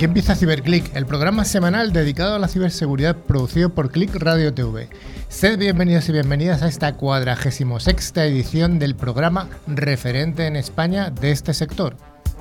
Aquí empieza Ciberclick, el programa semanal dedicado a la ciberseguridad producido por Click Radio TV. Sed bienvenidos y bienvenidas a esta 46ª edición del programa referente en España de este sector.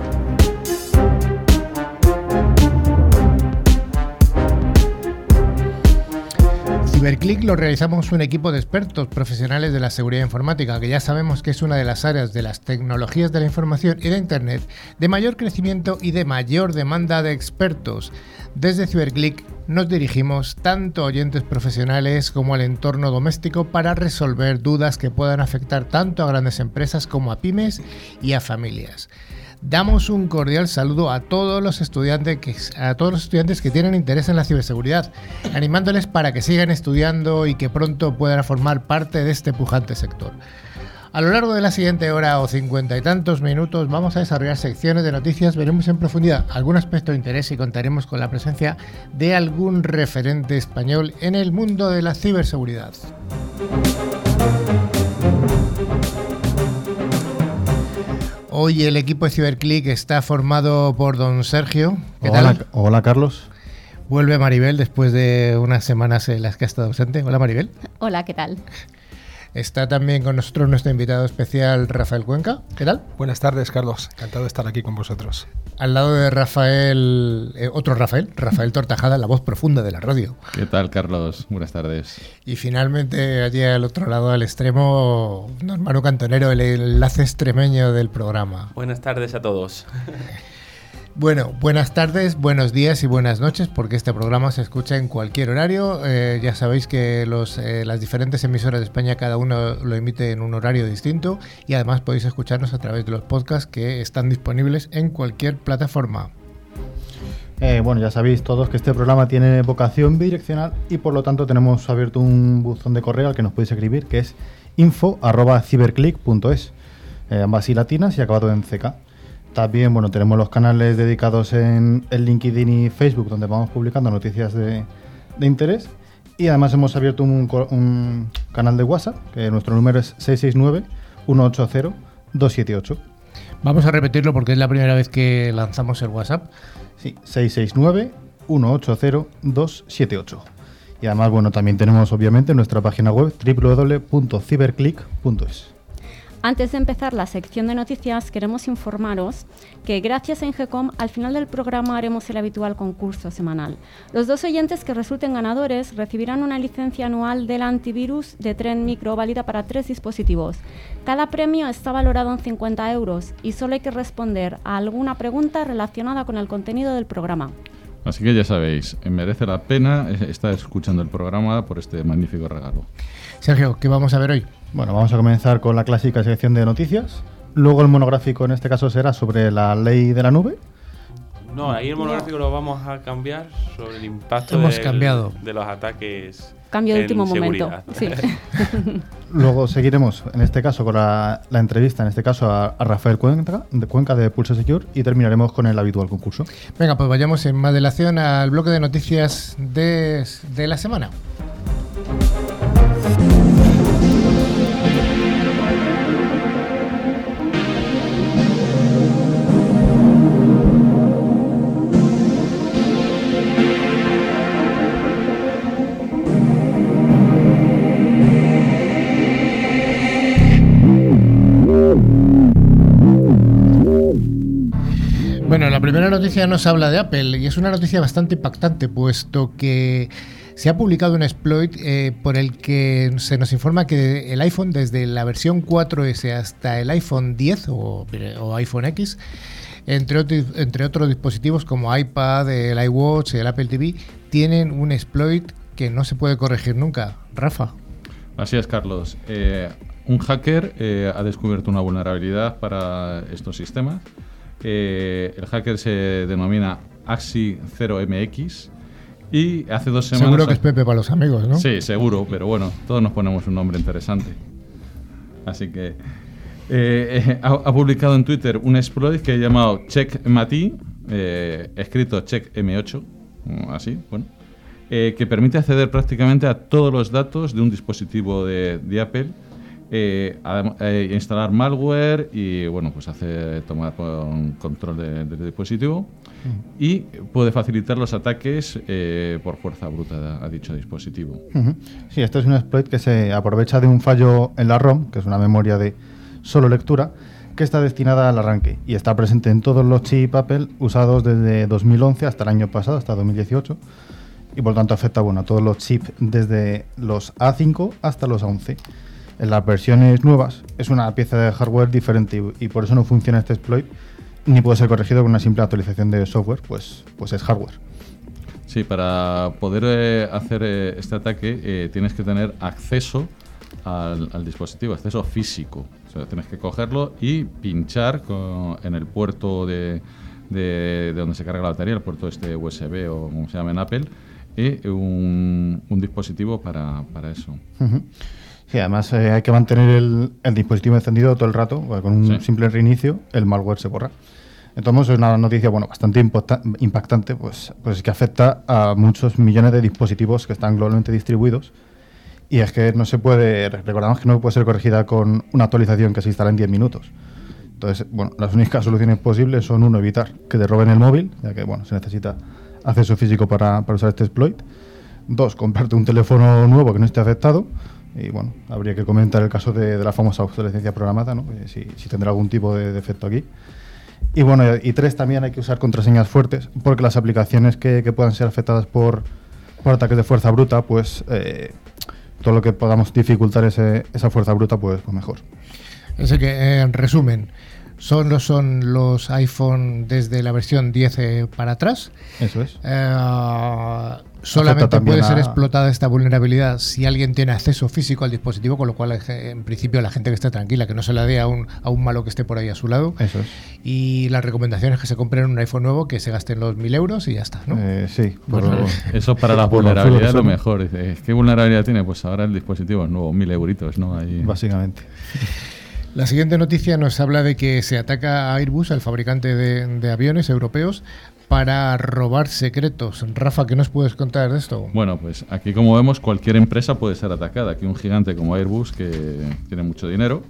Ciberclick lo realizamos un equipo de expertos profesionales de la seguridad informática, que ya sabemos que es una de las áreas de las tecnologías de la información y de Internet de mayor crecimiento y de mayor demanda de expertos. Desde Ciberclick nos dirigimos tanto a oyentes profesionales como al entorno doméstico para resolver dudas que puedan afectar tanto a grandes empresas como a pymes y a familias. Damos un cordial saludo a todos los estudiantes que tienen interés en la ciberseguridad, animándoles para que sigan estudiando y que pronto puedan formar parte de este pujante sector. A lo largo de la siguiente hora o 50 y tantos minutos vamos a desarrollar secciones de noticias, veremos en profundidad algún aspecto de interés y contaremos con la presencia de algún referente español en el mundo de la ciberseguridad. Hoy el equipo de Ciberclick está formado por don Sergio. ¿Qué tal? Hola, Carlos. Vuelve Maribel después de unas semanas en las que ha estado ausente. Hola, Maribel. Hola, ¿qué tal? Está también con nosotros nuestro invitado especial, Rafael Cuenca. ¿Qué tal? Buenas tardes, Carlos. Encantado de estar aquí con vosotros. Al lado de Rafael, otro Rafael Tortajada, la voz profunda de la radio. ¿Qué tal, Carlos? Buenas tardes. Y finalmente, allí al otro lado, al extremo, don Manu Cantonero, el enlace extremeño del programa. Buenas tardes a todos. Bueno, buenas tardes, buenos días y buenas noches, porque este programa se escucha en cualquier horario. Ya sabéis que las diferentes emisoras de España, cada uno lo emite en un horario distinto, y además podéis escucharnos a través de los podcasts que están disponibles en cualquier plataforma. Bueno, ya sabéis todos que este programa tiene vocación bidireccional y por lo tanto tenemos abierto un buzón de correo al que nos podéis escribir, que es info@ciberclick.es, ambas y latinas y acabado en CK. También, bueno, tenemos los canales dedicados en LinkedIn y Facebook, donde vamos publicando noticias de interés. Y además hemos abierto un canal de WhatsApp, que nuestro número es 669-180-278. Vamos a repetirlo porque es la primera vez que lanzamos el WhatsApp. Sí, 669-180-278. Y además, bueno, también tenemos obviamente nuestra página web www.ciberclick.es. Antes de empezar la sección de noticias, queremos informaros que gracias a Ingecom, al final del programa haremos el habitual concurso semanal. Los 2 oyentes que resulten ganadores recibirán una licencia anual del antivirus de Trend Micro válida para 3 dispositivos. Cada premio está valorado en 50 euros y solo hay que responder a alguna pregunta relacionada con el contenido del programa. Así que ya sabéis, merece la pena estar escuchando el programa por este magnífico regalo. Sergio, ¿qué vamos a ver hoy? Bueno, vamos a comenzar con la clásica sección de noticias. Luego el monográfico en este caso será sobre la ley de la nube. No, ahí el monográfico lo vamos a cambiar sobre el impacto de los ataques. Cambio de último seguridad. momento. Sí. Luego seguiremos, en este caso, con la entrevista, en este caso a Rafael Cuenca de Pulso Secure, y terminaremos con el habitual concurso. Venga, pues vayamos en más dilación al bloque de noticias de la semana. Bueno, la primera noticia nos habla de Apple y es una noticia bastante impactante, puesto que se ha publicado un exploit por el que se nos informa que el iPhone, desde la versión 4S hasta el iPhone 10 o iPhone X, entre otros dispositivos como iPad, el iWatch y el Apple TV, tienen un exploit que no se puede corregir nunca. Rafa. Así es, Carlos. Un hacker ha descubierto una vulnerabilidad para estos sistemas. El hacker se denomina Axi0MX y hace 2 semanas... Seguro que es Pepe para los amigos, ¿no? Sí, seguro, pero bueno, todos nos ponemos un nombre interesante. Así que ha publicado en Twitter un exploit que ha llamado CheckMati, escrito Check M8, así, bueno, que permite acceder prácticamente a todos los datos de un dispositivo de Apple instalar malware y bueno, pues tomar control del dispositivo y puede facilitar los ataques por fuerza bruta a dicho dispositivo. Sí, este es un exploit que se aprovecha de un fallo en la ROM, que es una memoria de solo lectura, que está destinada al arranque y está presente en todos los chips Apple usados desde 2011 hasta el año pasado, hasta 2018, y por tanto afecta a todos los chips desde los A5 hasta los A11. En las versiones nuevas es una pieza de hardware diferente y por eso no funciona este exploit, ni puede ser corregido con una simple actualización de software, pues es hardware. Sí, para poder hacer este ataque tienes que tener acceso al dispositivo, acceso físico. O sea, tienes que cogerlo y pinchar en el puerto de donde se carga la batería, el puerto USB o como se llama en Apple, y un dispositivo para eso. Sí, además hay que mantener el dispositivo encendido todo el rato, porque con un simple reinicio el malware se borra. Entonces es una noticia bastante impactante, pues que afecta a muchos millones de dispositivos que están globalmente distribuidos. Y es que recordamos que no puede ser corregida con una actualización que se instala en 10 minutos. Entonces, las únicas soluciones posibles son, uno, evitar que te roben el móvil, ya que se necesita acceso físico para usar este exploit. Dos, comprarte un teléfono nuevo que no esté afectado. Y habría que comentar el caso de la famosa obsolescencia programada, ¿no? Si tendrá algún tipo de defecto aquí. Y tres, también hay que usar contraseñas fuertes, porque las aplicaciones que puedan ser afectadas por ataques de fuerza bruta, pues todo lo que podamos dificultar esa fuerza bruta, pues mejor. Así que, en resumen, son los iPhone desde la versión 10 para atrás. Eso es. Solamente puede ser explotada esta vulnerabilidad si alguien tiene acceso físico al dispositivo, con lo cual, en principio, la gente que esté tranquila, que no se la dé a un malo que esté por ahí a su lado. Eso es. Y la recomendación es que se compren un iPhone nuevo, que se gasten los 1.000 euros y ya está, ¿no? Sí. Eso para la vulnerabilidad es lo mejor. ¿Qué vulnerabilidad tiene? Pues ahora el dispositivo es nuevo, 1.000 euritos, ¿no? Ahí. Básicamente. La siguiente noticia nos habla de que se ataca a Airbus, al fabricante de aviones europeos, para robar secretos. Rafa, ¿qué nos puedes contar de esto? Bueno, pues aquí, como vemos, cualquier empresa puede ser atacada. Aquí un gigante como Airbus, que tiene mucho dinero,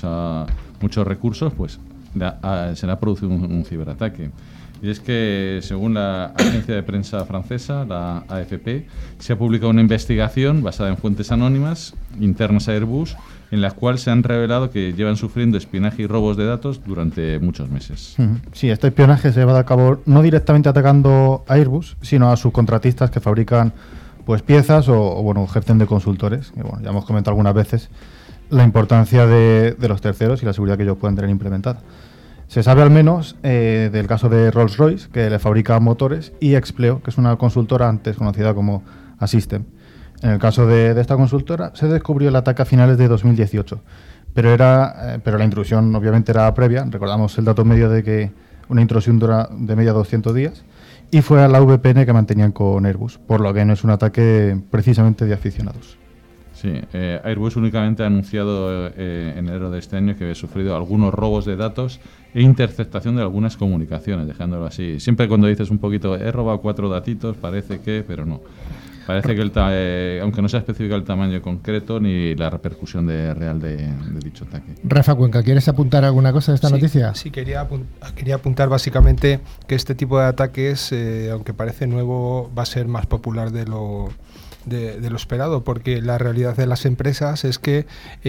muchos recursos, pues se le ha producido un ciberataque. Y es que, según la agencia de prensa francesa, la AFP, se ha publicado una investigación basada en fuentes anónimas internas a Airbus, en la cual se han revelado que llevan sufriendo espionaje y robos de datos durante muchos meses. Sí, este espionaje se lleva a cabo no directamente atacando a Airbus, sino a subcontratistas que fabrican piezas o ejercen de consultores. Y ya hemos comentado algunas veces la importancia de los terceros y la seguridad que ellos pueden tener implementada. Se sabe al menos del caso de Rolls-Royce, que le fabrica motores, y Expleo, que es una consultora antes conocida como Assystem. En el caso de esta consultora se descubrió el ataque a finales de 2018, pero la intrusión obviamente era previa. Recordamos el dato medio de que una intrusión dura de media 200 días, y fue a la VPN que mantenían con Airbus, por lo que no es un ataque precisamente de aficionados. Sí, Airbus únicamente ha anunciado en enero de este año que había sufrido algunos robos de datos e interceptación de algunas comunicaciones, dejándolo así. Siempre cuando dices un poquito, he robado 4 datitos, parece que, pero no. Parece que, aunque no se ha especificado el tamaño concreto ni la repercusión real de dicho ataque. Rafa Cuenca, ¿quieres apuntar alguna cosa de esta noticia? Sí, quería apuntar básicamente que este tipo de ataques, aunque parece nuevo, va a ser más popular de lo esperado, porque la realidad de las empresas es que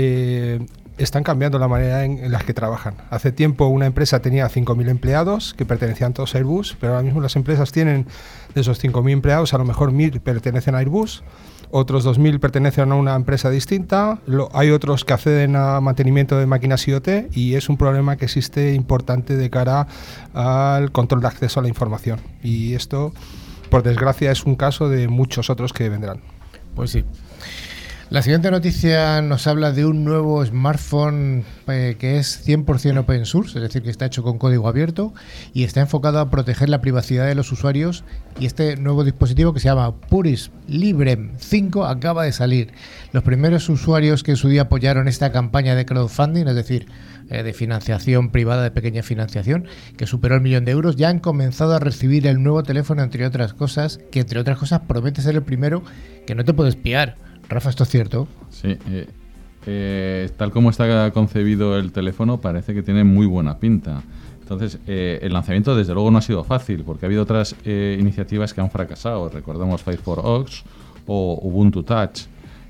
están cambiando la manera en la que trabajan. Hace tiempo una empresa tenía 5.000 empleados que pertenecían todos a Airbus, pero ahora mismo las empresas tienen, de esos 5.000 empleados, a lo mejor 1.000 pertenecen a Airbus, otros 2.000 pertenecen a una empresa distinta, hay otros que acceden a mantenimiento de máquinas IoT, y es un problema que existe importante de cara al control de acceso a la información. Y esto, por desgracia, es un caso de muchos otros que vendrán. Pues sí. La siguiente noticia nos habla de un nuevo smartphone que es 100% open source, es decir, que está hecho con código abierto y está enfocado a proteger la privacidad de los usuarios. Y este nuevo dispositivo, que se llama Puris Librem 5, acaba de salir. Los primeros usuarios que en su día apoyaron esta campaña de crowdfunding, es decir, de financiación privada, de pequeña financiación, que superó el 1.000.000 de euros, ya han comenzado a recibir el nuevo teléfono, entre otras cosas, promete ser el primero que no te puede espiar. Rafa, ¿esto es cierto? Sí. tal como está concebido el teléfono, parece que tiene muy buena pinta. Entonces, el lanzamiento desde luego no ha sido fácil, porque ha habido otras iniciativas que han fracasado. Recordemos Firefox o Ubuntu Touch.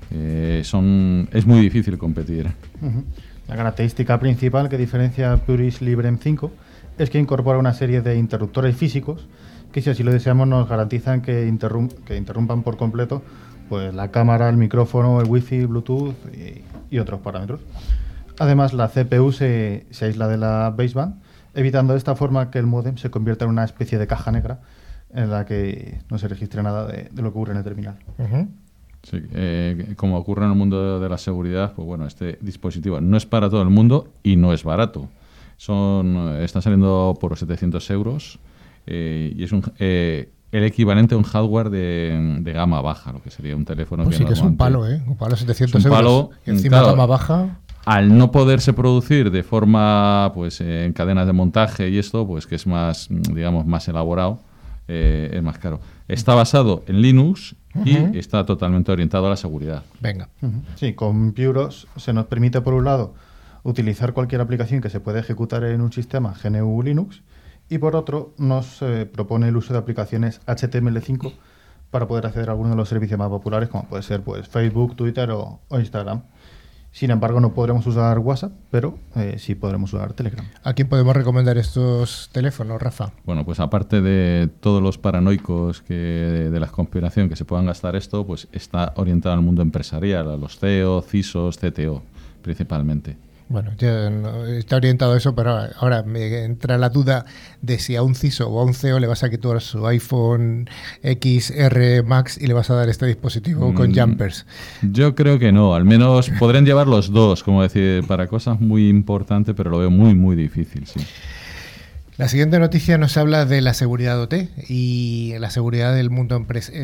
Es muy difícil competir. La característica principal que diferencia Puris Librem 5 es que incorpora una serie de interruptores físicos que, si así lo deseamos, nos garantizan que interrumpan por completo pues la cámara, el micrófono, el wifi, Bluetooth y otros parámetros. Además, la CPU se aísla de la baseband, evitando de esta forma que el módem se convierta en una especie de caja negra en la que no se registre nada de lo que ocurre en el terminal. Sí, como ocurre en el mundo de la seguridad, pues bueno, este dispositivo no es para todo el mundo y no es barato. Están saliendo por 700 euros y es el equivalente a un hardware de gama baja, lo que sería un teléfono. Pues sí que es un palo, ¿eh? Un palo 700 euros. Palo, y encima claro, gama baja. Al no poderse producir de forma, pues, en cadenas de montaje y esto, pues que es más, digamos, más elaborado, es más caro. Está basado en Linux y está totalmente orientado a la seguridad. Venga. Sí, con Puros se nos permite, por un lado, utilizar cualquier aplicación que se pueda ejecutar en un sistema GNU Linux, y por otro nos propone el uso de aplicaciones HTML5 para poder acceder a algunos de los servicios más populares, como puede ser pues Facebook, Twitter o Instagram. Sin embargo, no podremos usar WhatsApp, pero sí podremos usar Telegram. ¿A quién podemos recomendar estos teléfonos, Rafa? Bueno, pues aparte de todos los paranoicos de la conspiración que se puedan gastar esto, pues está orientado al mundo empresarial, a los CEO, CISOs, CTO, principalmente. Bueno, ya no, está orientado a eso, pero ahora me entra la duda de si a un CISO o a un CEO le vas a quitar su iPhone XR Max y le vas a dar este dispositivo con jumpers. Yo creo que no, al menos podrían llevar los dos, como decir, para cosas muy importantes, pero lo veo muy, muy difícil, sí. La siguiente noticia nos habla de la seguridad OT y la seguridad del mundo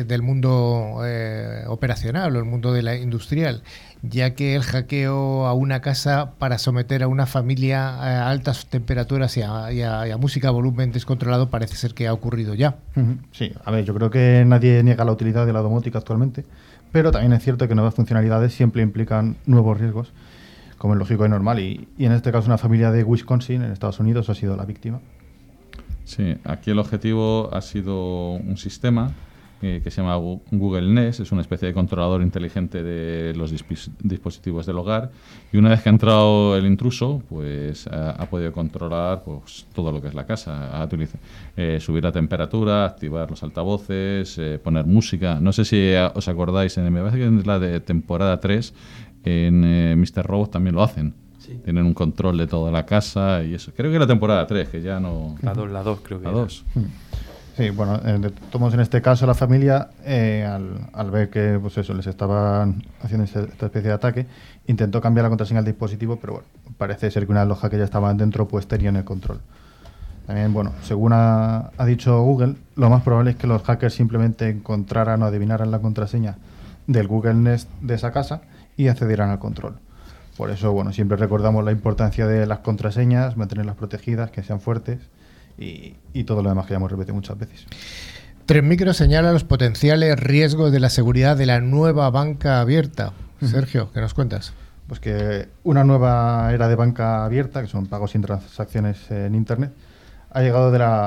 operacional o el mundo de la industrial, ya que el hackeo a una casa para someter a una familia a altas temperaturas y a música a volumen descontrolado parece ser que ha ocurrido ya. Sí, a ver, yo creo que nadie niega la utilidad de la domótica actualmente, pero también es cierto que nuevas funcionalidades siempre implican nuevos riesgos, como es lógico y normal, y en este caso una familia de Wisconsin, en Estados Unidos, ha sido la víctima. Sí, aquí el objetivo ha sido un sistema que se llama Google Nest, es una especie de controlador inteligente de los dispositivos del hogar, y una vez que ha entrado el intruso, pues ha podido controlar pues todo lo que es la casa, subir la temperatura, activar los altavoces, poner música. No sé si os acordáis, me parece que en la de temporada 3 en Mr. Robot también lo hacen. Sí. Tienen un control de toda la casa y eso. Creo que la temporada 3, que ya no... La 2 creo que la 2. Sí, bueno, en este caso la familia, al ver que pues eso, les estaban haciendo esta especie de ataque, intentó cambiar la contraseña del dispositivo, pero bueno, parece ser que una de los hackers que ya estaban dentro pues tenían el control. También, bueno, según ha dicho Google, lo más probable es que los hackers simplemente encontraran o adivinaran la contraseña del Google Nest de esa casa y accedieran al control. Por eso, bueno, siempre recordamos la importancia de las contraseñas, mantenerlas protegidas, que sean fuertes y todo lo demás que ya hemos repetido muchas veces. Trend Micro señala los potenciales riesgos de la seguridad de la nueva banca abierta. Sergio, ¿qué nos cuentas? Pues que una nueva era de banca abierta, que son pagos sin transacciones en Internet, ha llegado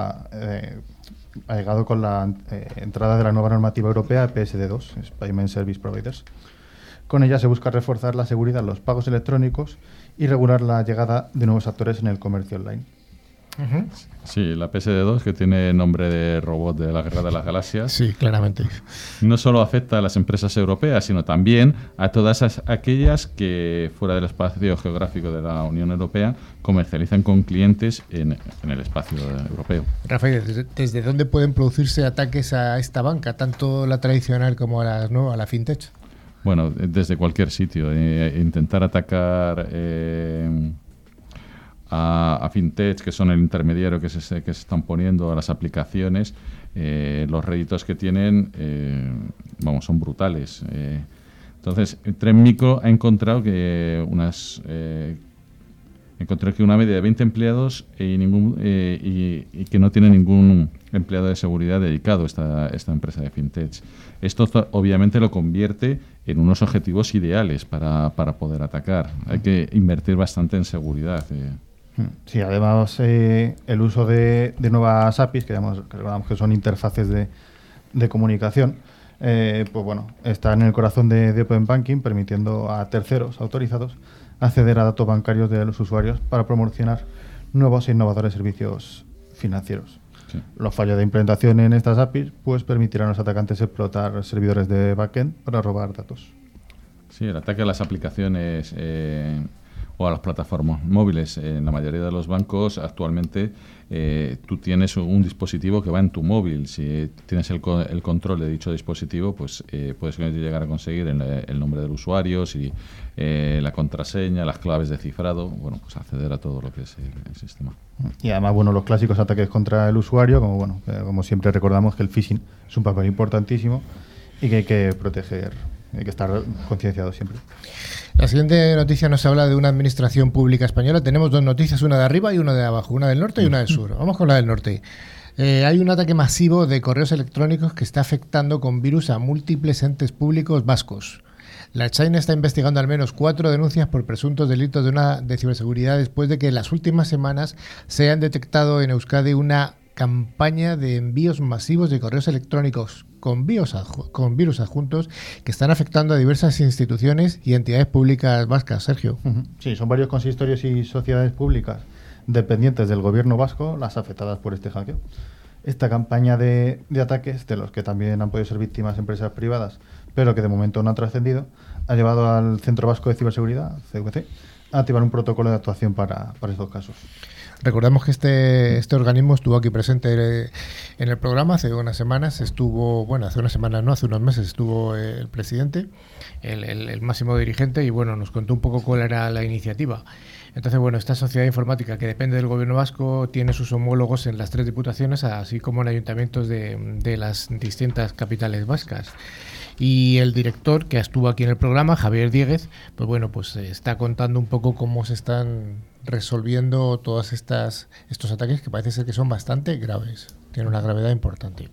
con la entrada de la nueva normativa europea PSD2, Payment Service Providers. Con ella se busca reforzar la seguridad en los pagos electrónicos y regular la llegada de nuevos actores en el comercio online. Sí, la PSD2, que tiene nombre de robot de la Guerra de las Galaxias. Sí, claramente. No solo afecta a las empresas europeas, sino también a todas aquellas que, fuera del espacio geográfico de la Unión Europea, comercializan con clientes en el espacio europeo. Rafael, ¿desde dónde pueden producirse ataques a esta banca, tanto la tradicional como a la fintech? Bueno, desde cualquier sitio. Intentar atacar a fintech, que son el intermediario que se están poniendo a las aplicaciones, los réditos que tienen, son brutales. Entonces, Trend Micro ha encontrado que encontré que una media de 20 empleados y que no tiene ningún empleado de seguridad dedicado a esta empresa de fintech. Esto obviamente lo convierte en unos objetivos ideales para poder atacar. Hay que invertir bastante en seguridad. Sí, además el uso de nuevas APIs, que recordamos que son interfaces de comunicación, pues bueno, está en el corazón de Open Banking, permitiendo a terceros autorizados acceder a datos bancarios de los usuarios para promocionar nuevos e innovadores servicios financieros. Sí. Los fallos de implementación en estas APIs pues permitirán a los atacantes explotar servidores de backend para robar datos. Sí, el ataque a las aplicaciones o a las plataformas móviles. En la mayoría de los bancos actualmente tú tienes un dispositivo que va en tu móvil. Si tienes el control de dicho dispositivo, pues puedes llegar a conseguir el nombre del usuario, la contraseña, las claves de cifrado, bueno, pues acceder a todo lo que es el sistema. Y además, bueno, los clásicos ataques contra el usuario, como siempre recordamos que el phishing es un papel importantísimo y que hay que proteger, hay que estar concienciado siempre. La siguiente noticia nos habla de una administración pública española. Tenemos dos noticias, una de arriba y una de abajo, una del norte y una del sur. Vamos con la del norte. Hay un ataque masivo de correos electrónicos que está afectando con virus a múltiples entes públicos vascos. La Ertzaintza está investigando al menos 4 denuncias por presuntos delitos de ciberseguridad después de que en las últimas semanas se han detectado en Euskadi una campaña de envíos masivos de correos electrónicos con virus adjuntos que están afectando a diversas instituciones y entidades públicas vascas. Sergio. Sí, son varios consistorios y sociedades públicas dependientes del gobierno vasco las afectadas por este hackeo. Esta campaña de ataques, de los que también han podido ser víctimas empresas privadas, pero que de momento no han trascendido, ha llevado al Centro Vasco de Ciberseguridad, CVC, a activar un protocolo de actuación para estos casos. Recordemos que este organismo estuvo aquí presente en el programa hace unas semanas, hace unos meses estuvo el presidente, el máximo dirigente, y bueno, nos contó un poco cuál era la iniciativa. Entonces, bueno, esta sociedad informática que depende del gobierno vasco tiene sus homólogos en las 3 diputaciones, así como en ayuntamientos de las distintas capitales vascas. Y el director que estuvo aquí en el programa, Javier Dieguez, pues bueno, pues está contando un poco cómo se están resolviendo todos estos ataques que parece ser que son bastante graves. Tienen una gravedad importante.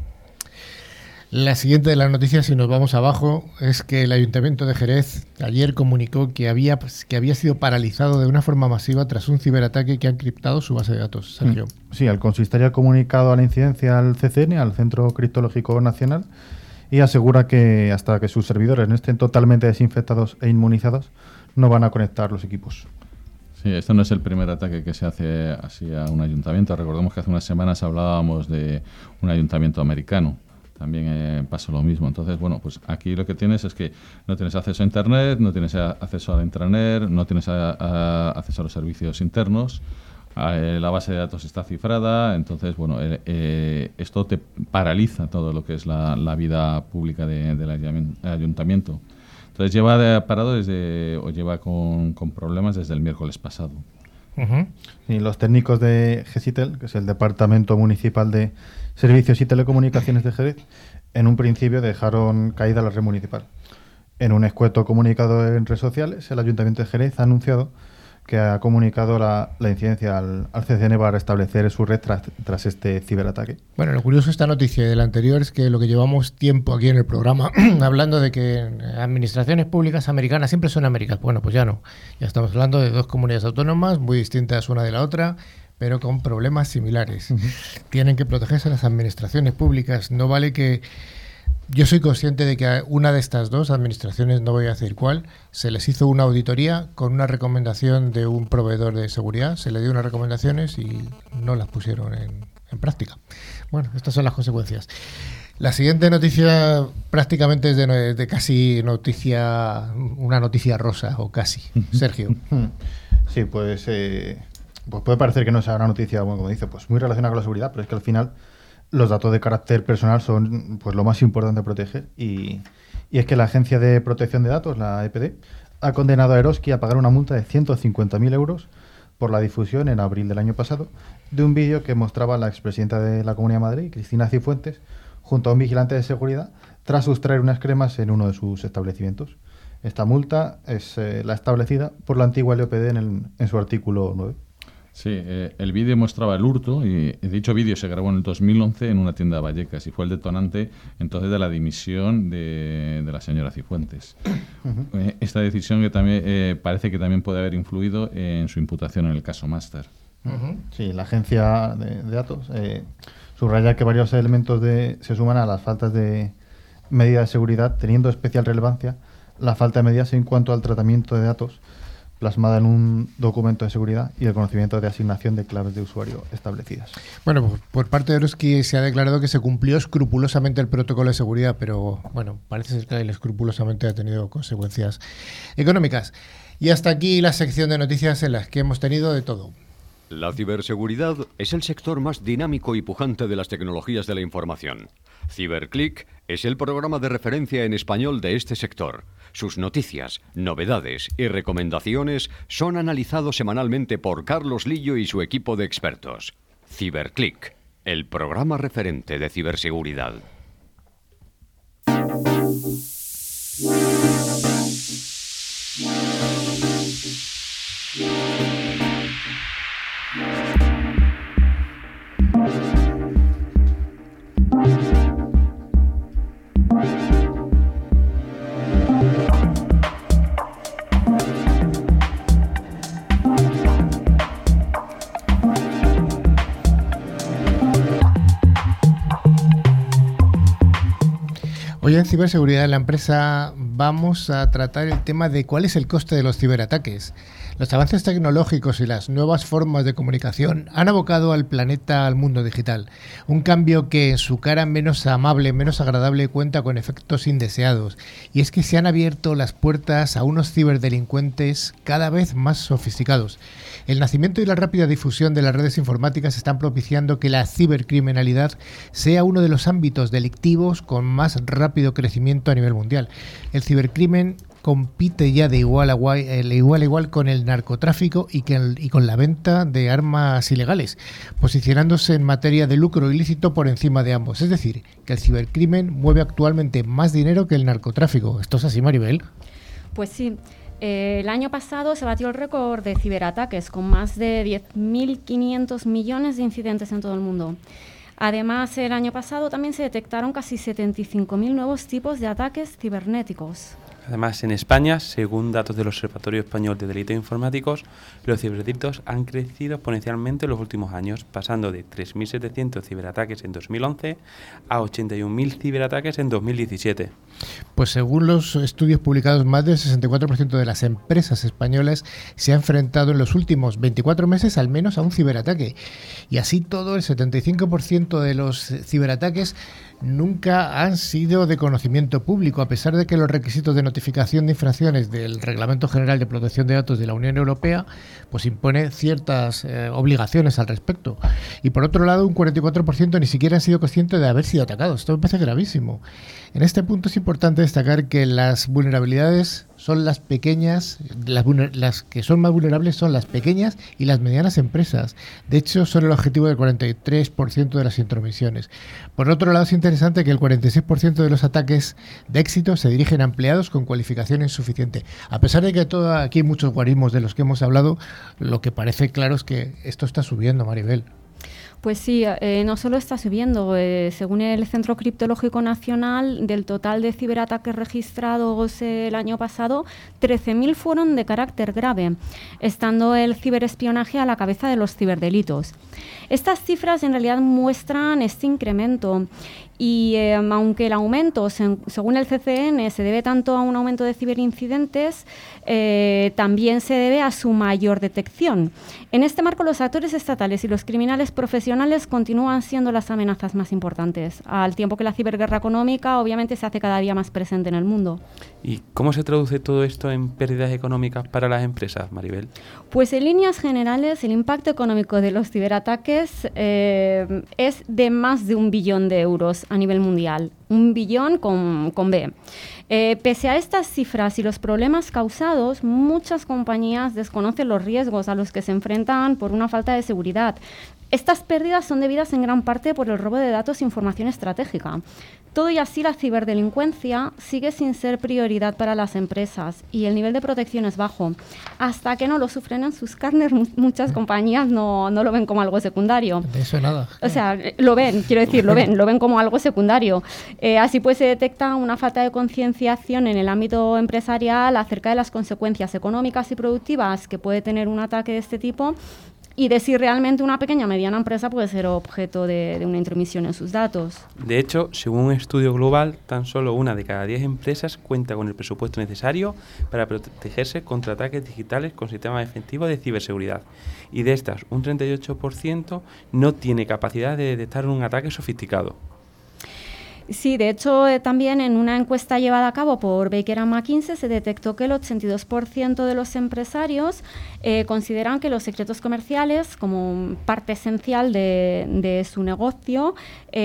La siguiente de las noticias, si nos vamos abajo, es que el Ayuntamiento de Jerez ayer comunicó que había sido paralizado de una forma masiva tras un ciberataque que ha encriptado su base de datos. Sergio. Sí, el consistorio ha comunicado a la incidencia al CCN, al Centro Criptológico Nacional, y asegura que hasta que sus servidores no estén totalmente desinfectados e inmunizados, no van a conectar los equipos. Sí, esto no es el primer ataque que se hace así a un ayuntamiento. Recordemos que hace unas semanas hablábamos de un ayuntamiento americano. También pasa lo mismo. Entonces, bueno, pues aquí lo que tienes es que no tienes acceso a Internet, no tienes acceso a la intranet, no tienes acceso a los servicios internos, la base de datos está cifrada. Entonces, bueno, esto te paraliza todo lo que es la vida pública del ayuntamiento. Entonces lleva parado lleva con problemas desde el miércoles pasado. Y los técnicos de GESITEL, que es el Departamento Municipal de Servicios y Telecomunicaciones de Jerez, en un principio dejaron caída la red municipal. En un escueto comunicado en redes sociales, el Ayuntamiento de Jerez ha anunciado que ha comunicado la incidencia al CCN para restablecer su red tras este ciberataque. Bueno, lo curioso de esta noticia y de la anterior es que lo que llevamos tiempo aquí en el programa hablando de que administraciones públicas americanas siempre son Américas. Bueno, pues ya no. Ya estamos hablando de 2 comunidades autónomas muy distintas una de la otra, pero con problemas similares. Tienen que protegerse las administraciones públicas. No vale que... Yo soy consciente de que a una de estas 2 administraciones, no voy a decir cuál, se les hizo una auditoría con una recomendación de un proveedor de seguridad, se le dio unas recomendaciones y no las pusieron en práctica. Bueno, estas son las consecuencias. La siguiente noticia prácticamente es de casi una noticia rosa, o casi. Sergio. Sí, pues puede parecer que no sea una noticia, bueno, como dice, pues muy relacionada con la seguridad, pero es que al final los datos de carácter personal son pues lo más importante a proteger y es que la Agencia de Protección de Datos, la EPD, ha condenado a Eroski a pagar una multa de 150.000 euros por la difusión en abril del año pasado de un vídeo que mostraba a la expresidenta de la Comunidad de Madrid, Cristina Cifuentes, junto a un vigilante de seguridad tras sustraer unas cremas en uno de sus establecimientos. Esta multa es la establecida por la antigua LOPD en su artículo 9. Sí, el vídeo mostraba el hurto y dicho vídeo se grabó en el 2011 en una tienda de Vallecas y fue el detonante entonces de la dimisión de la señora Cifuentes. Esta decisión que también parece que también puede haber influido en su imputación en el caso Master. Sí, la agencia de datos subraya que varios elementos se suman a las faltas de medidas de seguridad, teniendo especial relevancia la falta de medidas en cuanto al tratamiento de datos plasmada en un documento de seguridad y el conocimiento de asignación de claves de usuario establecidas. Bueno, por parte de Eroski se ha declarado que se cumplió escrupulosamente el protocolo de seguridad, pero bueno, parece ser que el escrupulosamente ha tenido consecuencias económicas. Y hasta aquí la sección de noticias en las que hemos tenido de todo. La ciberseguridad es el sector más dinámico y pujante de las tecnologías de la información. CiberClick es el programa de referencia en español de este sector. Sus noticias, novedades y recomendaciones son analizados semanalmente por Carlos Lillo y su equipo de expertos. CiberClick, el programa referente de ciberseguridad. Hoy en Ciberseguridad en la Empresa vamos a tratar el tema de cuál es el coste de los ciberataques. Los avances tecnológicos y las nuevas formas de comunicación han abocado al planeta al mundo digital. Un cambio que en su cara menos amable, menos agradable, cuenta con efectos indeseados. Y es que se han abierto las puertas a unos ciberdelincuentes cada vez más sofisticados. El nacimiento y la rápida difusión de las redes informáticas están propiciando que la cibercriminalidad sea uno de los ámbitos delictivos con más rápido crecimiento a nivel mundial. El cibercrimen compite ya de igual a igual con el narcotráfico y con la venta de armas ilegales, posicionándose en materia de lucro ilícito por encima de ambos. Es decir, que el cibercrimen mueve actualmente más dinero que el narcotráfico. ¿Esto es así, Maribel? Pues sí. El año pasado se batió el récord de ciberataques con más de 10.500 millones de incidentes en todo el mundo. Además, el año pasado también se detectaron casi 75.000 nuevos tipos de ataques cibernéticos. Además, en España, según datos del Observatorio Español de Delitos Informáticos, los ciberdelitos han crecido exponencialmente en los últimos años, pasando de 3.700 ciberataques en 2011 a 81.000 ciberataques en 2017. Pues según los estudios publicados, más del 64% de las empresas españolas se ha enfrentado en los últimos 24 meses al menos a un ciberataque. Y así todo, el 75% de los ciberataques nunca han sido de conocimiento público, a pesar de que los requisitos de notificación de infracciones del Reglamento General de Protección de Datos de la Unión Europea pues impone ciertas obligaciones al respecto. Y por otro lado, un 44% ni siquiera han sido conscientes de haber sido atacados. Esto me parece gravísimo. En este punto es importante destacar que las vulnerabilidades son las pequeñas, las que son más vulnerables son las pequeñas y las medianas empresas. De hecho, son el objetivo del 43% de las intromisiones. Por otro lado, es interesante que el 46% de los ataques de éxito se dirigen a empleados con cualificación insuficiente. A pesar de que aquí hay muchos guarismos de los que hemos hablado, lo que parece claro es que esto está subiendo, Maribel. Pues sí, no solo está subiendo. Según el Centro Criptológico Nacional, del total de ciberataques registrados el año pasado, 13.000 fueron de carácter grave, estando el ciberespionaje a la cabeza de los ciberdelitos. Estas cifras en realidad muestran este incremento y aunque el aumento, según el CCN, se debe tanto a un aumento de ciberincidentes, también se debe a su mayor detección. En este marco, los actores estatales y los criminales profesionales continúan siendo las amenazas más importantes, al tiempo que la ciberguerra económica obviamente se hace cada día más presente en el mundo. ¿Y cómo se traduce todo esto en pérdidas económicas para las empresas, Maribel? Pues en líneas generales, el impacto económico de los ciberataques es de más de 1 billón de euros a nivel mundial. 1 billón con B. Pese a estas cifras y los problemas causados, muchas compañías desconocen los riesgos a los que se enfrentan por una falta de seguridad. Estas pérdidas son debidas en gran parte por el robo de datos e información estratégica. Todo y así, la ciberdelincuencia sigue sin ser prioridad para las empresas y el nivel de protección es bajo. Hasta que no lo sufren en sus carnes, muchas compañías no lo ven como algo secundario. De eso nada. O sea, lo ven como algo secundario. Así pues, se detecta una falta de concienciación en el ámbito empresarial acerca de las consecuencias económicas y productivas que puede tener un ataque de este tipo, y de si realmente una pequeña o mediana empresa puede ser objeto de una intromisión en sus datos. De hecho, según un estudio global, tan solo 1 de cada 10 empresas cuenta con el presupuesto necesario para protegerse contra ataques digitales con sistemas efectivos de ciberseguridad. Y de estas, un 38% no tiene capacidad de detectar un ataque sofisticado. Sí, de hecho, también en una encuesta llevada a cabo por Baker & McKinsey se detectó que el 82% de los empresarios consideran que los secretos comerciales, como parte esencial de su negocio,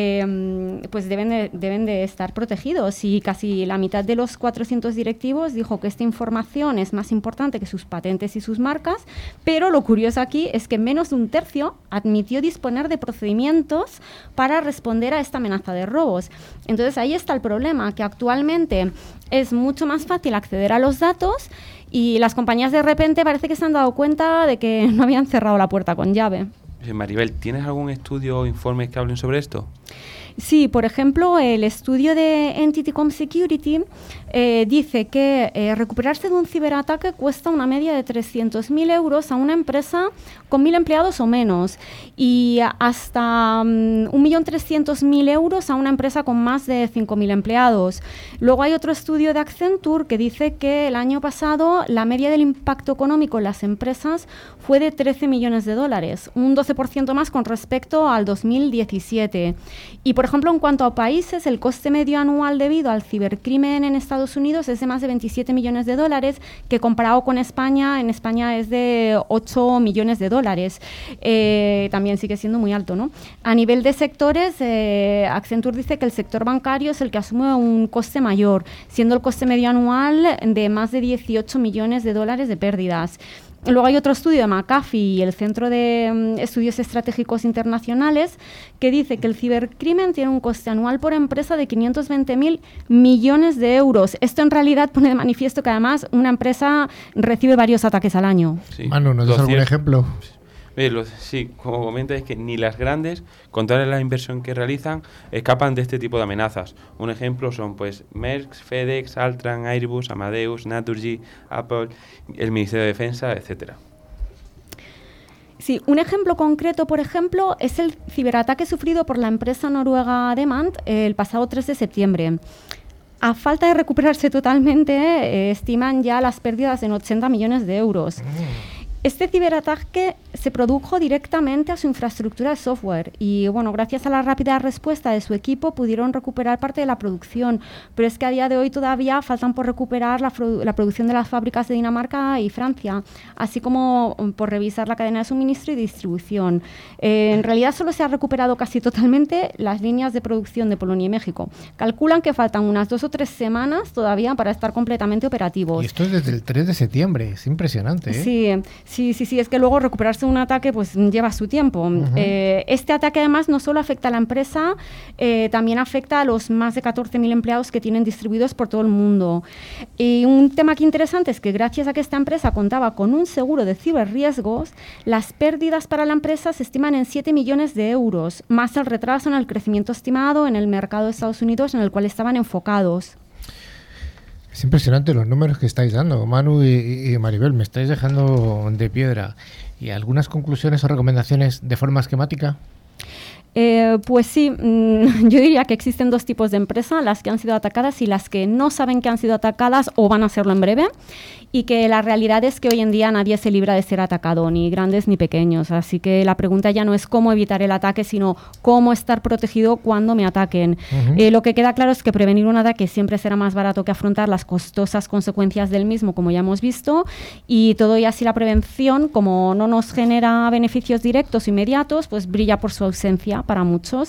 pues deben de estar protegidos, y casi la mitad de los 400 directivos dijo que esta información es más importante que sus patentes y sus marcas, pero lo curioso aquí es que menos de un tercio admitió disponer de procedimientos para responder a esta amenaza de robos. Entonces ahí está el problema, que actualmente es mucho más fácil acceder a los datos y las compañías de repente parece que se han dado cuenta de que no habían cerrado la puerta con llave. Maribel, ¿tienes algún estudio o informes que hablen sobre esto? Sí, por ejemplo, el estudio de Entitycom Security dice que recuperarse de un ciberataque cuesta una media de 300.000 euros a una empresa con 1.000 empleados o menos, y hasta 1.300.000 euros a una empresa con más de 5.000 empleados. Luego hay otro estudio de Accenture que dice que el año pasado la media del impacto económico en las empresas fue de 13 millones de dólares, un 12% más con respecto al 2017. Y, por ejemplo, en cuanto a países, el coste medio anual debido al cibercrimen en Estados Unidos es de más de 27 millones de dólares, que comparado con España, en España es de 8 millones de dólares. También sigue siendo muy alto, ¿no? A nivel de sectores, Accenture dice que el sector bancario es el que asume un coste mayor, siendo el coste medio anual de más de 18 millones de dólares de pérdidas. Luego hay otro estudio de McAfee y el Centro de Estudios Estratégicos Internacionales que dice que el cibercrimen tiene un coste anual por empresa de 520.000 millones de euros. Esto en realidad pone de manifiesto que además una empresa recibe varios ataques al año. Sí. Manu, ¿nos das algún ejemplo? Sí, como comenta, es que ni las grandes, con toda la inversión que realizan, escapan de este tipo de amenazas. Un ejemplo son pues Maersk, FedEx, Altran, Airbus, Amadeus, Naturgy, Apple, el Ministerio de Defensa, etcétera. Sí, un ejemplo concreto, por ejemplo, es el ciberataque sufrido por la empresa noruega Demant el pasado 3 de septiembre. A falta de recuperarse totalmente, estiman ya las pérdidas en 80 millones de euros. Este ciberataque se produjo directamente a su infraestructura de software y, bueno, gracias a la rápida respuesta de su equipo pudieron recuperar parte de la producción, pero es que a día de hoy todavía faltan por recuperar la producción de las fábricas de Dinamarca y Francia, así como por revisar la cadena de suministro y distribución. En realidad solo se ha recuperado casi totalmente las líneas de producción de Polonia y México. Calculan que faltan unas 2 o 3 semanas todavía para estar completamente operativos. Y esto es desde el 3 de septiembre, es impresionante, ¿eh? Sí, es que luego recuperarse un ataque pues lleva su tiempo. Uh-huh. Este ataque además no solo afecta a la empresa, también afecta a los más de 14.000 empleados que tienen distribuidos por todo el mundo. Y un tema aquí interesante es que gracias a que esta empresa contaba con un seguro de ciberriesgos, las pérdidas para la empresa se estiman en 7 millones de euros, más el retraso en el crecimiento estimado en el mercado de Estados Unidos en el cual estaban enfocados. Es impresionante los números que estáis dando, Manu y Maribel, me estáis dejando de piedra. ¿Y algunas conclusiones o recomendaciones de forma esquemática? Pues sí, yo diría que existen 2 tipos de empresas, las que han sido atacadas y las que no saben que han sido atacadas o van a serlo en breve, y que la realidad es que hoy en día nadie se libra de ser atacado, ni grandes ni pequeños, así que la pregunta ya no es cómo evitar el ataque, sino cómo estar protegido cuando me ataquen. Uh-huh. Lo que queda claro es que prevenir un ataque siempre será más barato que afrontar las costosas consecuencias del mismo, como ya hemos visto, y todo y así la prevención, como no nos genera beneficios directos inmediatos, pues brilla por su ausencia para muchos.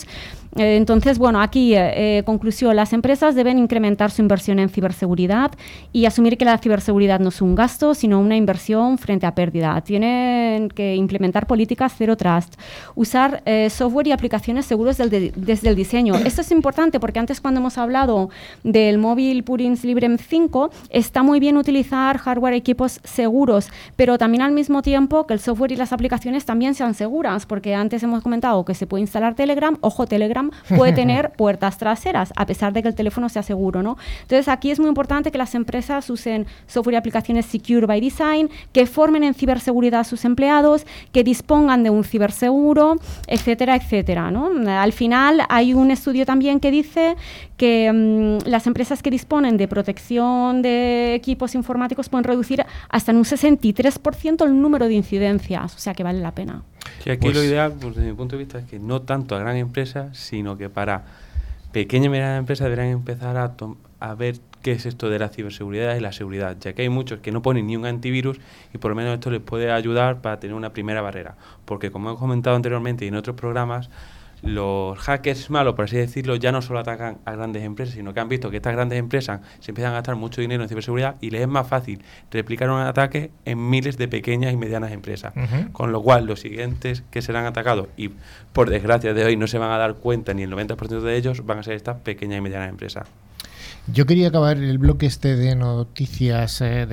Entonces, bueno, aquí, conclusión, las empresas deben incrementar su inversión en ciberseguridad y asumir que la ciberseguridad no es un gasto, sino una inversión frente a pérdida. Tienen que implementar políticas Zero Trust, usar software y aplicaciones seguros desde el diseño. Esto es importante porque antes, cuando hemos hablado del móvil Purins Librem 5, está muy bien utilizar hardware y equipos seguros, pero también al mismo tiempo que el software y las aplicaciones también sean seguras, porque antes hemos comentado que se puede instalar Telegram. Ojo, Telegram puede tener puertas traseras, a pesar de que el teléfono sea seguro, ¿no? Entonces, aquí es muy importante que las empresas usen software y aplicaciones Secure by Design, que formen en ciberseguridad a sus empleados, que dispongan de un ciberseguro, etcétera, etcétera, ¿no? Al final, hay un estudio también que dice que las empresas que disponen de protección de equipos informáticos pueden reducir hasta en un 63% el número de incidencias, o sea que vale la pena. Sí, aquí lo ideal, pues, desde mi punto de vista, es que no tanto a gran empresa, sino que para pequeñas y medianas empresas deberán empezar a ver qué es esto de la ciberseguridad y la seguridad, ya que hay muchos que no ponen ni un antivirus y por lo menos esto les puede ayudar para tener una primera barrera, porque como hemos comentado anteriormente y en otros programas, los hackers malos, por así decirlo, ya no solo atacan a grandes empresas, sino que han visto que estas grandes empresas se empiezan a gastar mucho dinero en ciberseguridad y les es más fácil replicar un ataque en miles de pequeñas y medianas empresas. Con lo cual, los siguientes que serán atacados, y por desgracia de hoy no se van a dar cuenta ni el 90% de ellos, van a ser estas pequeñas y medianas empresas. Yo quería acabar el bloque de noticias, el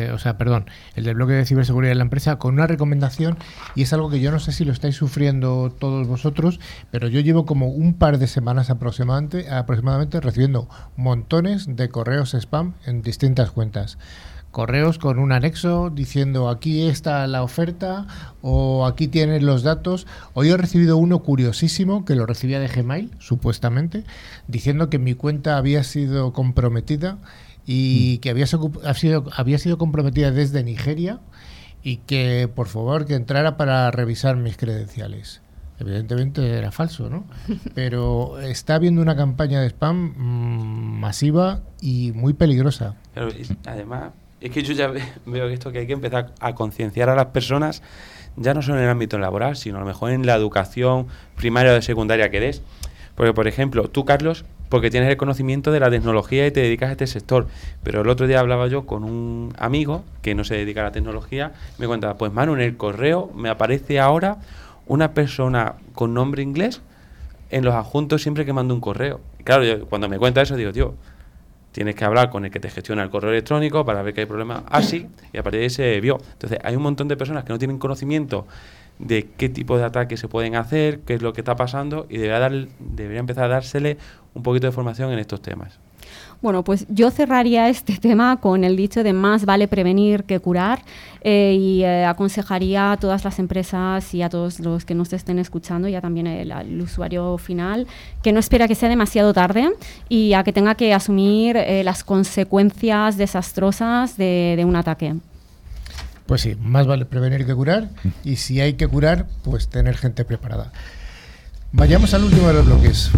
del bloque de ciberseguridad de la empresa con una recomendación, y es algo que yo no sé si lo estáis sufriendo todos vosotros, pero yo llevo como un par de semanas aproximadamente recibiendo montones de correos spam en distintas cuentas. Correos con un anexo diciendo aquí está la oferta o aquí tienes los datos. Hoy he recibido uno curiosísimo que lo recibía de Gmail, supuestamente, diciendo que mi cuenta había sido comprometida y que había sido comprometida desde Nigeria y que por favor que entrara para revisar mis credenciales. Evidentemente era falso, ¿no? Pero está habiendo una campaña de spam masiva y muy peligrosa. Pero además, es que yo ya veo esto, que hay que empezar a concienciar a las personas, ya no solo en el ámbito laboral, sino a lo mejor en la educación primaria o de secundaria que des. Porque, por ejemplo, tú, Carlos, porque tienes el conocimiento de la tecnología y te dedicas a este sector, pero el otro día hablaba yo con un amigo que no se dedica a la tecnología, me cuenta, pues Manu, en el correo me aparece ahora una persona con nombre inglés en los adjuntos siempre que mando un correo. Y claro, yo, cuando me cuenta eso, digo, tío, tienes que hablar con el que te gestiona el correo electrónico para ver que hay problemas así, y a partir de ahí se vio. Entonces, hay un montón de personas que no tienen conocimiento de qué tipo de ataques se pueden hacer, qué es lo que está pasando, y debería empezar a dársele un poquito de formación en estos temas. Bueno, pues yo cerraría este tema con el dicho de más vale prevenir que curar, y aconsejaría a todas las empresas y a todos los que nos estén escuchando, y a también el usuario final, que no espera que sea demasiado tarde y a que tenga que asumir las consecuencias desastrosas de un ataque. Pues sí, más vale prevenir que curar, y si hay que curar, pues tener gente preparada. Vayamos al último de los bloques.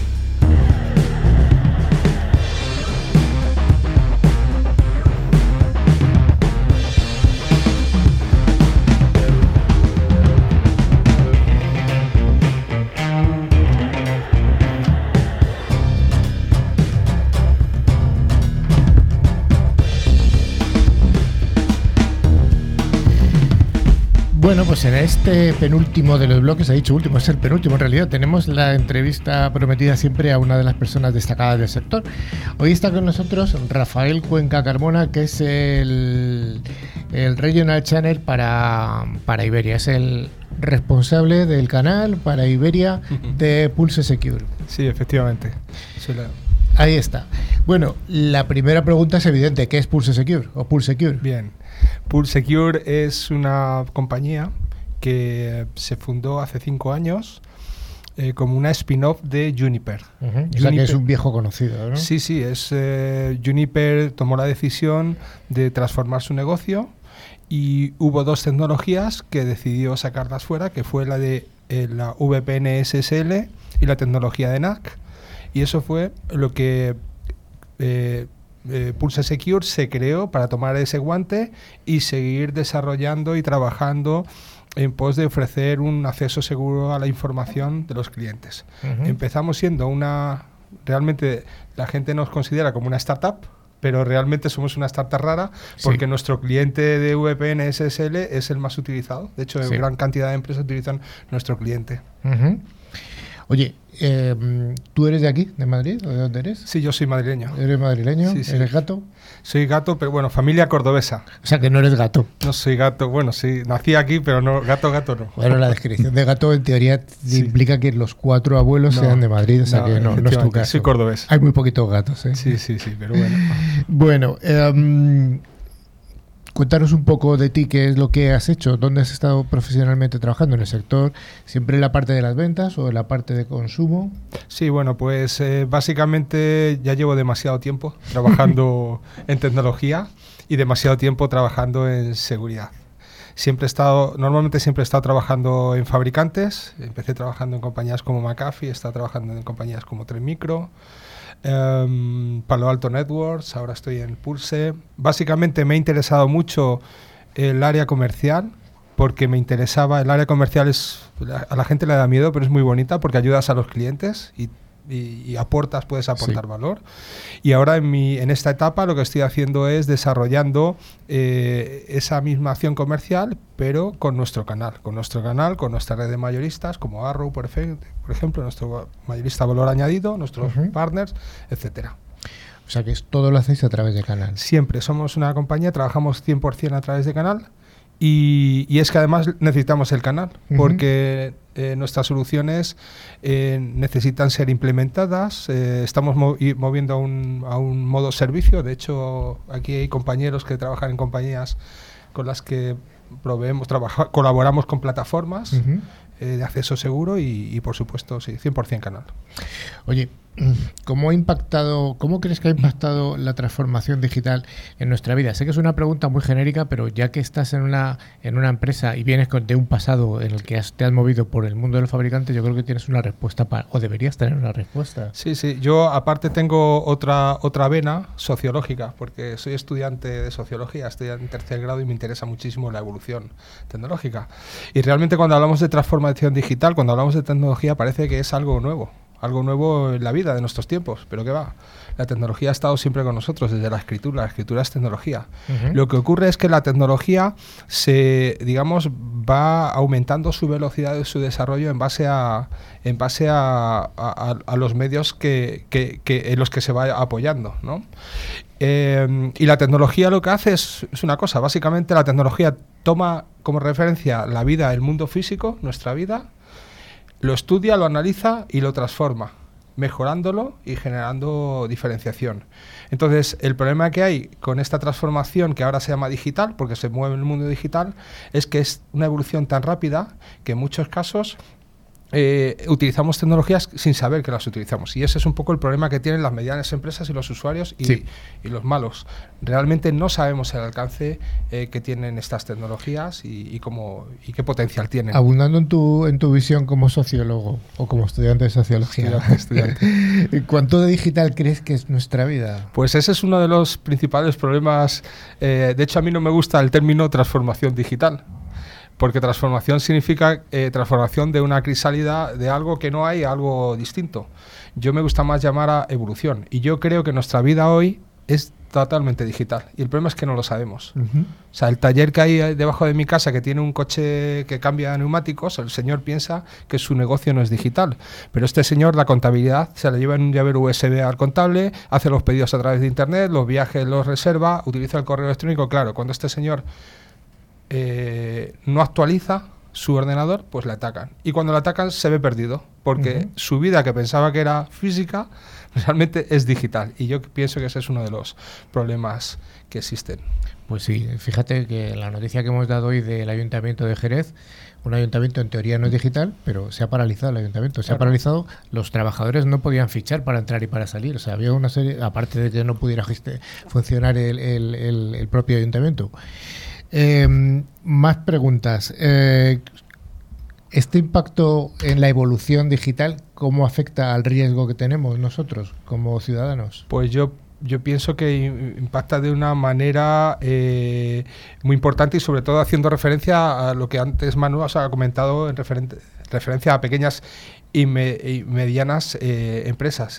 Bueno, pues en este penúltimo de los bloques, ha dicho último, es el penúltimo en realidad, tenemos la entrevista prometida siempre a una de las personas destacadas del sector. Hoy está con nosotros Rafael Cuenca Carmona, que es el Regional Channel para Iberia, es el responsable del canal para Iberia de Pulse Secure. Sí, efectivamente. Ahí está. Bueno, la primera pregunta es evidente, ¿qué es Pulse Secure o Pulse Secure? Bien. Pulse Secure es una compañía que se fundó hace 5 años como una spin-off de Juniper. O sea que es un viejo conocido, ¿no? Sí, Juniper tomó la decisión de transformar su negocio y hubo 2 tecnologías que decidió sacarlas fuera, que fue la de la VPN SSL y la tecnología de NAC, y eso fue lo que Pulse Secure se creó para tomar ese guante y seguir desarrollando y trabajando en pos de ofrecer un acceso seguro a la información de los clientes. Empezamos siendo realmente la gente nos considera como una startup, pero realmente somos una startup rara porque nuestro cliente de VPN SSL es el más utilizado. De hecho, gran cantidad de empresas utilizan nuestro cliente. Oye, ¿tú eres de aquí, de Madrid, o de dónde eres? Sí, yo soy madrileño. ¿Eres madrileño? Sí, sí. ¿Eres gato? Soy gato, pero bueno, familia cordobesa. O sea, que no eres gato. No soy gato, bueno, sí, nací aquí, pero no, gato no. Bueno, la descripción de gato en teoría implica que los 4 abuelos sean de Madrid, o sea que no es tu caso. Soy cordobés. Hay muy poquitos gatos, ¿eh? Sí, pero bueno. Bueno, cuéntanos un poco de ti, qué es lo que has hecho, dónde has estado profesionalmente trabajando en el sector, siempre en la parte de las ventas o en la parte de consumo. Sí, bueno, pues básicamente ya llevo demasiado tiempo trabajando en tecnología y demasiado tiempo trabajando en seguridad. Normalmente siempre he estado trabajando en fabricantes, empecé trabajando en compañías como McAfee, he estado trabajando en compañías como Tren Micro, Palo Alto Networks, ahora estoy en Pulse. Básicamente me ha interesado mucho el área comercial, porque me interesaba, el área comercial a la gente le da miedo, pero es muy bonita porque ayudas a los clientes y puedes aportar valor. Y ahora en esta etapa lo que estoy haciendo es desarrollando esa misma acción comercial, pero con nuestro canal, con nuestra red de mayoristas, como Arrow, por ejemplo, nuestro mayorista valor añadido, nuestros partners, etcétera. O sea que todo lo hacéis a través de canal. Siempre, somos una compañía, trabajamos 100% a través de canal. Y es que además necesitamos el canal, porque nuestras soluciones necesitan ser implementadas. Estamos moviendo a un modo servicio. De hecho, aquí hay compañeros que trabajan en compañías con las que colaboramos con plataformas de acceso seguro y por supuesto, sí, 100% canal. Oye, ¿cómo crees que ha impactado la transformación digital en nuestra vida? Sé que es una pregunta muy genérica, pero ya que estás en una empresa y vienes de un pasado en el que te has movido por el mundo de los fabricantes, yo creo que tienes una respuesta o deberías tener una respuesta. Sí, yo aparte tengo otra vena sociológica, porque soy estudiante de sociología, estoy en 3er grado y me interesa muchísimo la evolución tecnológica. Y realmente cuando hablamos de transformación digital, cuando hablamos de tecnología, parece que es algo nuevo en la vida de nuestros tiempos, pero ¿qué va? La tecnología ha estado siempre con nosotros, desde la escritura es tecnología. Lo que ocurre es que la tecnología va aumentando su velocidad de su desarrollo en base a los medios en los que se va apoyando, ¿no? Y la tecnología lo que hace es una cosa, básicamente la tecnología toma como referencia la vida, el mundo físico, nuestra vida, lo estudia, lo analiza y lo transforma, mejorándolo y generando diferenciación. Entonces, el problema que hay con esta transformación, que ahora se llama digital, porque se mueve en el mundo digital, es que es una evolución tan rápida que en muchos casos utilizamos tecnologías sin saber que las utilizamos. Y ese es un poco el problema que tienen las medianas empresas y los usuarios y los malos. Realmente no sabemos el alcance que tienen estas tecnologías y qué potencial tienen. Abundando en tu visión como sociólogo o como estudiante de sociología, ¿cuánto de digital crees que es nuestra vida? Pues ese es uno de los principales problemas. De hecho, a mí no me gusta el término transformación digital, porque transformación significa transformación de una crisálida de algo que no hay a algo distinto. Yo me gusta más llamar a evolución. Y yo creo que nuestra vida hoy es totalmente digital. Y el problema es que no lo sabemos. O sea, el taller que hay debajo de mi casa, que tiene un coche que cambia neumáticos, el señor piensa que su negocio no es digital. Pero este señor, la contabilidad, se la lleva en un llavero USB al contable, hace los pedidos a través de Internet, los viajes los reserva, utiliza el correo electrónico. Claro, cuando este señor no actualiza su ordenador, pues le atacan. Y cuando le atacan se ve perdido, porque su vida, que pensaba que era física, realmente es digital. Y yo pienso que ese es uno de los problemas que existen. Pues sí, fíjate que la noticia que hemos dado hoy del Ayuntamiento de Jerez, un ayuntamiento en teoría no es digital, pero se ha paralizado el ayuntamiento, se ha paralizado, los trabajadores no podían fichar para entrar y para salir, o sea, había una serie, aparte de que no pudiera funcionar el propio ayuntamiento. Más preguntas. ¿Este impacto en la evolución digital cómo afecta al riesgo que tenemos nosotros como ciudadanos? Pues yo yo pienso que impacta de una manera muy importante y sobre todo haciendo referencia a lo que antes Manu os ha comentado en referencia a pequeñas y medianas empresas.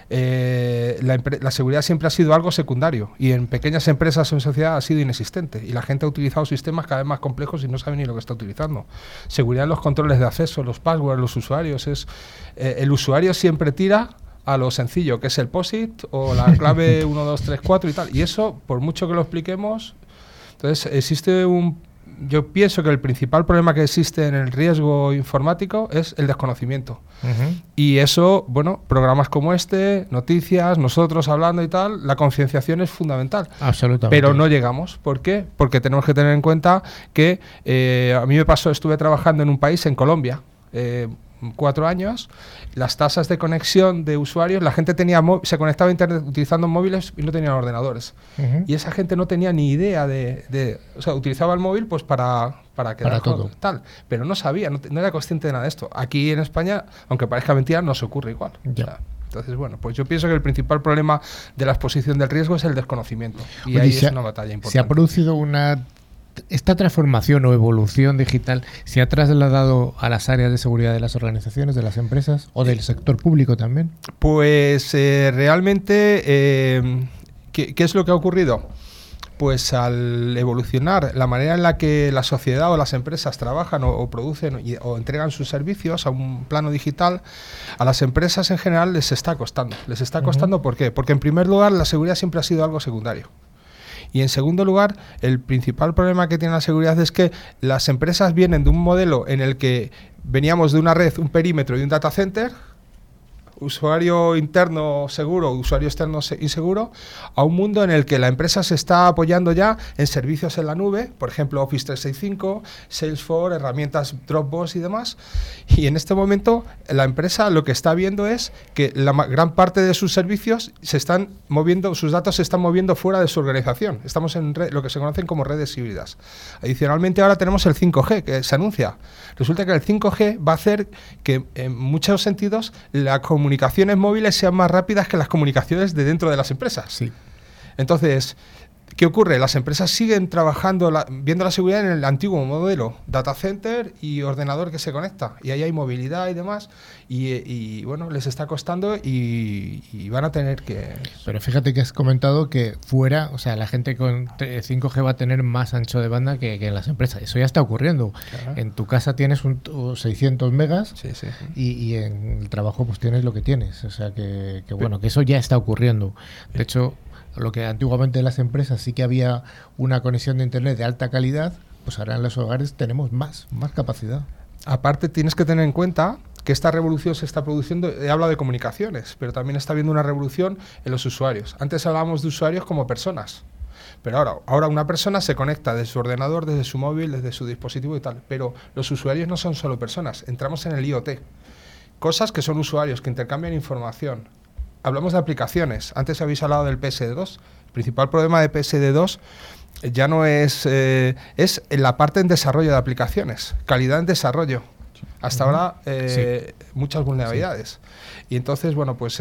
La seguridad siempre ha sido algo secundario y en pequeñas empresas o en sociedad ha sido inexistente y la gente ha utilizado sistemas cada vez más complejos y no sabe ni lo que está utilizando. Seguridad en los controles de acceso, los passwords, los usuarios. El usuario siempre tira a lo sencillo, que es el POSIT o la clave 1, 2, 3, 4 y tal. Y eso, por mucho que lo expliquemos, entonces existe yo pienso que el principal problema que existe en el riesgo informático es el desconocimiento. Y eso, bueno, programas como este, noticias, nosotros hablando y tal, la concienciación es fundamental. Absolutamente. Pero no llegamos. ¿Por qué? Porque tenemos que tener en cuenta que a mí me pasó, estuve trabajando en un país, en Colombia, 4 años, las tasas de conexión de usuarios, la gente se conectaba a internet utilizando móviles y no tenían ordenadores. Y esa gente no tenía ni idea o sea, utilizaba el móvil pues para quedar todo. Tal, pero no sabía, no era consciente de nada de esto. Aquí en España, aunque parezca mentira, no se ocurre igual. O sea, entonces, bueno, pues yo pienso que el principal problema de la exposición del riesgo es el desconocimiento. Y ahí es una batalla importante. Se ha producido esta transformación o evolución digital, ¿se ha trasladado a las áreas de seguridad de las organizaciones, de las empresas o del sector público también? Pues realmente, ¿qué es lo que ha ocurrido? Pues al evolucionar la manera en la que la sociedad o las empresas trabajan o producen o entregan sus servicios a un plano digital, a las empresas en general les está costando. ¿Les está costando por qué? Porque en primer lugar la seguridad siempre ha sido algo secundario. Y en segundo lugar, el principal problema que tiene la seguridad es que las empresas vienen de un modelo en el que veníamos de una red, un perímetro y un data center, usuario interno seguro, usuario externo inseguro, a un mundo en el que la empresa se está apoyando ya en servicios en la nube, por ejemplo Office 365, Salesforce, herramientas Dropbox y demás. Y en este momento la empresa lo que está viendo es que la gran parte de sus servicios se están moviendo, sus datos se están moviendo fuera de su organización. Estamos en lo que se conocen como redes híbridas. Adicionalmente ahora tenemos el 5G que se anuncia. Resulta que el 5G va a hacer que en muchos sentidos la comunicaciones móviles sean más rápidas que las comunicaciones de dentro de las empresas. Sí. Entonces, ¿qué ocurre? Las empresas siguen trabajando, viendo la seguridad en el antiguo modelo, data center y ordenador que se conecta. Y ahí hay movilidad y demás. Y bueno, les está costando y van a tener que... Pero fíjate que has comentado que fuera, o sea, la gente con 5G va a tener más ancho de banda que en las empresas. Eso ya está ocurriendo. Claro. En tu casa tienes 600 megas y en el trabajo pues tienes lo que tienes. O sea, que bueno, que eso ya está ocurriendo. De hecho, lo que antiguamente las empresas sí que había una conexión de internet de alta calidad, pues ahora en los hogares tenemos más capacidad. Aparte tienes que tener en cuenta que esta revolución se está produciendo, he hablado de comunicaciones, pero también está habiendo una revolución en los usuarios. Antes hablábamos de usuarios como personas, pero ahora una persona se conecta desde su ordenador, desde su móvil, desde su dispositivo y tal, pero los usuarios no son solo personas, entramos en el IoT, cosas que son usuarios, que intercambian información. Hablamos de aplicaciones, antes habéis hablado del PSD2, el principal problema de PSD2 ya no es en la parte en desarrollo de aplicaciones, calidad en desarrollo. Hasta ahora muchas vulnerabilidades. Y entonces, bueno, pues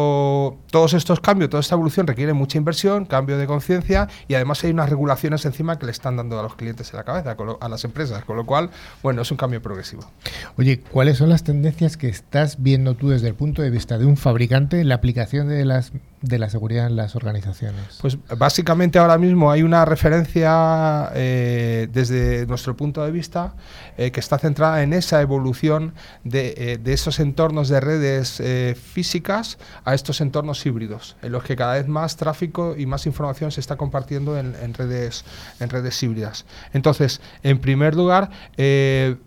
todos estos cambios, toda esta evolución requiere mucha inversión, cambio de conciencia y además hay unas regulaciones encima que le están dando a los clientes en la cabeza, a las empresas, con lo cual, bueno, es un cambio progresivo. Oye, ¿cuáles son las tendencias que estás viendo tú desde el punto de vista de un fabricante en la aplicación de la seguridad en las organizaciones? Pues básicamente ahora mismo hay una referencia desde nuestro punto de vista que está centrada en esa evolución de esos entornos de redes físicas a estos entornos híbridos, en los que cada vez más tráfico y más información se está compartiendo en redes híbridas. Entonces, en primer lugar, el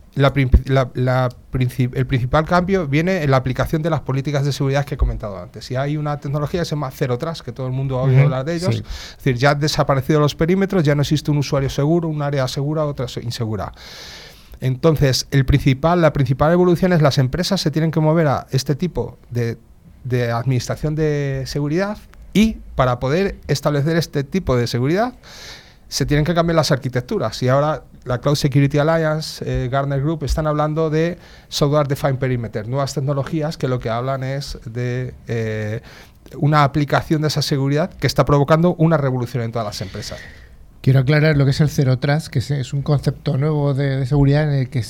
principal cambio viene en la aplicación de las políticas de seguridad que he comentado antes. Y hay una tecnología que se llama Zero Trust, que todo el mundo ha oído hablar de ellos. Sí. Es decir, ya han desaparecido los perímetros, ya no existe un usuario seguro, un área segura, otra insegura. Entonces, la principal evolución es las empresas se tienen que mover a este tipo de administración de seguridad y para poder establecer este tipo de seguridad se tienen que cambiar las arquitecturas. Y ahora la Cloud Security Alliance, Gartner Group, están hablando de Software Defined Perimeter, nuevas tecnologías que lo que hablan es de una aplicación de esa seguridad que está provocando una revolución en todas las empresas. Quiero aclarar lo que es el Zero Trust, que es un concepto nuevo de seguridad en el que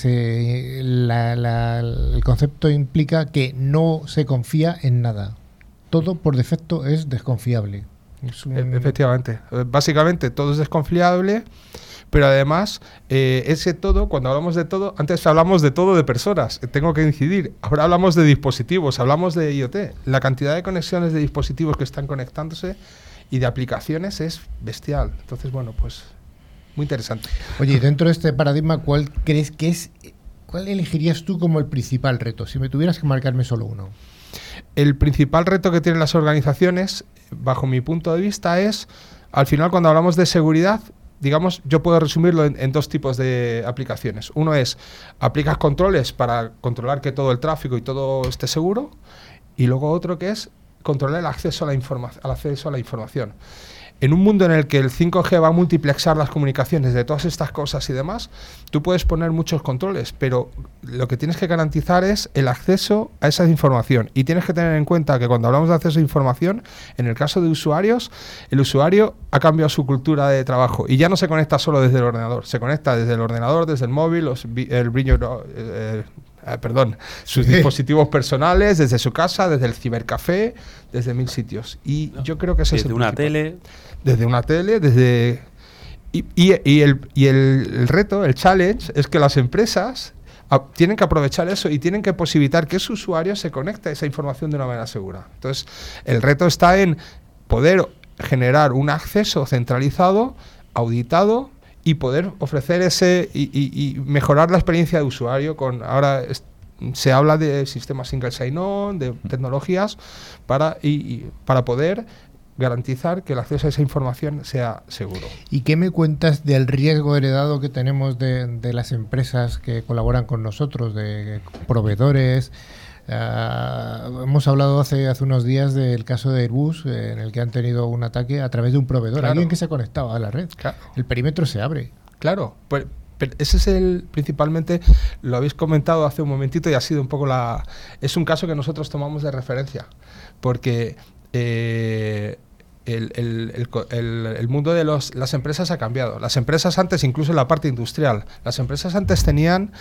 el concepto implica que no se confía en nada. Todo por defecto es desconfiable. Efectivamente. Básicamente todo es desconfiable, pero además ese todo, cuando hablamos de todo, antes hablamos de todo de personas, tengo que incidir, ahora hablamos de dispositivos, hablamos de IoT. La cantidad de conexiones de dispositivos que están conectándose y de aplicaciones es bestial. Entonces, bueno, pues muy interesante. Oye, y dentro de este paradigma, ¿cuál crees que es, cuál elegirías tú como el principal reto? Si me tuvieras que marcarme solo uno. El principal reto que tienen las organizaciones, bajo mi punto de vista, es, al final, cuando hablamos de seguridad, digamos, yo puedo resumirlo en dos tipos de aplicaciones. Uno es, aplicas controles para controlar que todo el tráfico y todo esté seguro, y luego otro que es controlar el acceso a la información. En un mundo en el que el 5G va a multiplexar las comunicaciones de todas estas cosas y demás, tú puedes poner muchos controles, pero lo que tienes que garantizar es el acceso a esa información. Y tienes que tener en cuenta que cuando hablamos de acceso a información, en el caso de usuarios, el usuario ha cambiado su cultura de trabajo y ya no se conecta solo desde el ordenador, se conecta desde el ordenador, desde el móvil, sus dispositivos personales, desde su casa, desde el cibercafé, desde 1000 sitios. Y yo creo que ese es el una principal. tele. Desde una tele, desde... Y el reto, el challenge, es que las empresas tienen que aprovechar eso y tienen que posibilitar que ese usuario se conecte a esa información de una manera segura. Entonces, el reto está en poder generar un acceso centralizado, auditado, y poder ofrecer ese y mejorar la experiencia de usuario. Se habla de sistemas single sign-on, de tecnologías para poder garantizar que el acceso a esa información sea seguro. ¿Y qué me cuentas del riesgo heredado que tenemos de las empresas que colaboran con nosotros, de proveedores? Hemos hablado hace unos días del caso de Airbus, en el que han tenido un ataque a través de un proveedor, claro, alguien que se conectaba a la red. Claro. El perímetro se abre. Claro, pues ese es principalmente, lo habéis comentado hace un momentito y ha sido un poco es un caso que nosotros tomamos de referencia, porque el mundo de las empresas ha cambiado. Las empresas antes, incluso en la parte industrial, las empresas antes tenían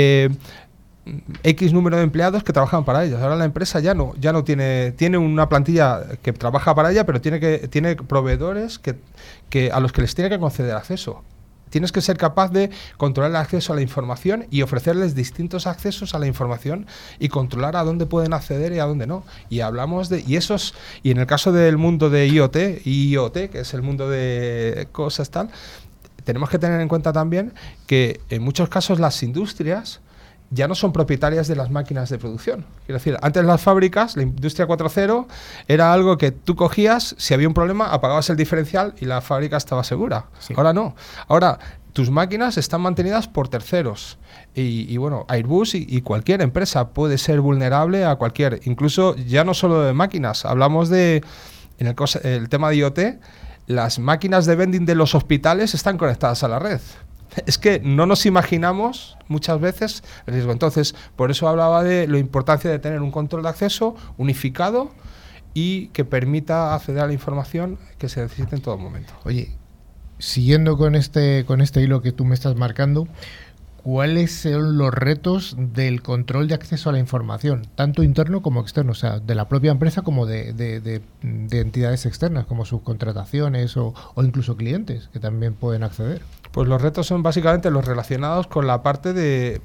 X número de empleados que trabajaban para ellas. Ahora la empresa ya no tiene una plantilla que trabaja para ella, pero tiene proveedores a los que les tiene que conceder acceso. Tienes que ser capaz de controlar el acceso a la información y ofrecerles distintos accesos a la información y controlar a dónde pueden acceder y a dónde no. Y hablamos y en el caso del mundo de IoT, que es el mundo de cosas tal, tenemos que tener en cuenta también que en muchos casos las industrias ya no son propietarias de las máquinas de producción. Quiero decir, antes las fábricas, la industria 4.0, era algo que tú cogías, si había un problema, apagabas el diferencial y la fábrica estaba segura. Sí. Ahora no. Ahora, tus máquinas están mantenidas por terceros. Y bueno, Airbus y cualquier empresa puede ser vulnerable a cualquier... Incluso ya no solo de máquinas, hablamos en el tema de IoT, las máquinas de vending de los hospitales están conectadas a la red. Es que no nos imaginamos muchas veces el riesgo. Entonces, por eso hablaba de la importancia de tener un control de acceso unificado y que permita acceder a la información que se necesite en todo momento. Oye, siguiendo con este hilo que tú me estás marcando, ¿cuáles son los retos del control de acceso a la información, tanto interno como externo? O sea, de la propia empresa como de entidades externas, como subcontrataciones o incluso clientes que también pueden acceder. Pues los retos son básicamente los relacionados con la parte de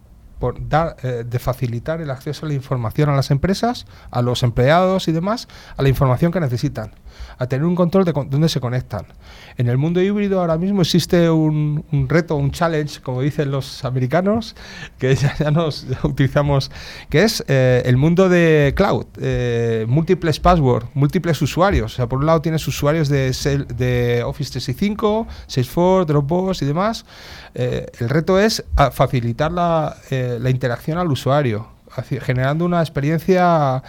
facilitar el acceso a la información a las empresas, a los empleados y demás, a la información que necesitan, a tener un control de dónde se conectan. En el mundo híbrido ahora mismo existe un reto, un challenge, como dicen los americanos, que ya nos utilizamos, que es el mundo de cloud, múltiples passwords, múltiples usuarios. O sea, por un lado tienes usuarios de Office 365, Salesforce, Dropbox y demás. El reto es facilitar la interacción al usuario, generando una experiencia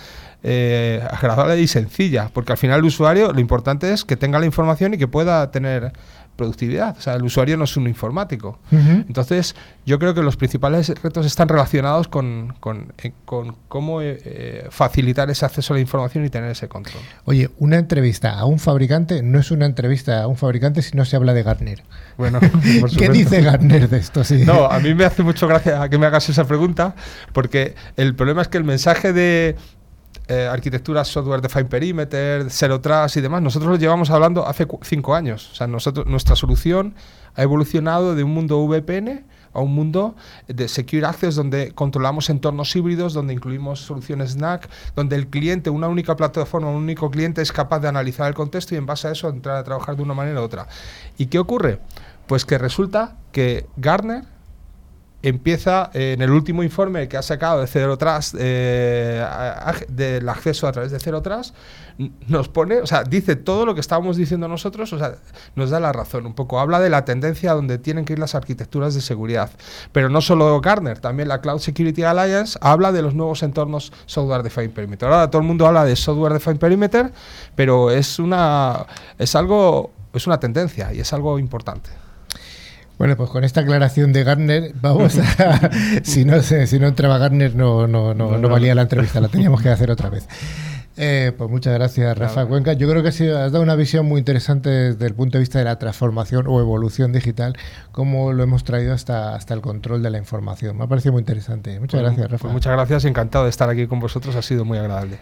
agradable y sencilla, porque al final el usuario, lo importante es que tenga la información y que pueda tener productividad. O sea, el usuario no es un informático. Entonces, yo creo que los principales retos están relacionados con cómo facilitar ese acceso a la información y tener ese control. Oye, una entrevista a un fabricante no es una entrevista a un fabricante si no se habla de Gartner. Bueno, por supuesto. ¿Qué dice Gartner de esto? Sí. No, a mí me hace mucho gracia que me hagas esa pregunta, porque el problema es que el mensaje de arquitectura software defined perimeter, zero trust y demás, nosotros lo llevamos hablando hace 5 años. O sea, nuestra solución ha evolucionado de un mundo VPN a un mundo de Secure Access, donde controlamos entornos híbridos, donde incluimos soluciones SNAC, donde el cliente, una única plataforma, un único cliente es capaz de analizar el contexto y en base a eso entrar a trabajar de una manera u otra. ¿Y qué ocurre? Pues que resulta que Gartner empieza en el último informe que ha sacado de Zero Trust, del acceso a través de Zero Trust, nos pone, o sea, dice todo lo que estábamos diciendo nosotros, o sea, nos da la razón un poco. Habla de la tendencia a donde tienen que ir las arquitecturas de seguridad. Pero no solo Gartner, también la Cloud Security Alliance habla de los nuevos entornos Software Defined Perimeter. Ahora todo el mundo habla de Software Defined Perimeter, pero es una tendencia y es algo importante. Bueno, pues con esta aclaración de Gartner, vamos a... si no entraba Gartner, no valía la entrevista, la teníamos que hacer otra vez. Pues muchas gracias, Rafa Cuenca. Yo creo que has dado una visión muy interesante desde el punto de vista de la transformación o evolución digital, cómo lo hemos traído hasta el control de la información. Me ha parecido muy interesante. Muchas gracias, Rafa. Pues muchas gracias, encantado de estar aquí con vosotros, ha sido muy agradable.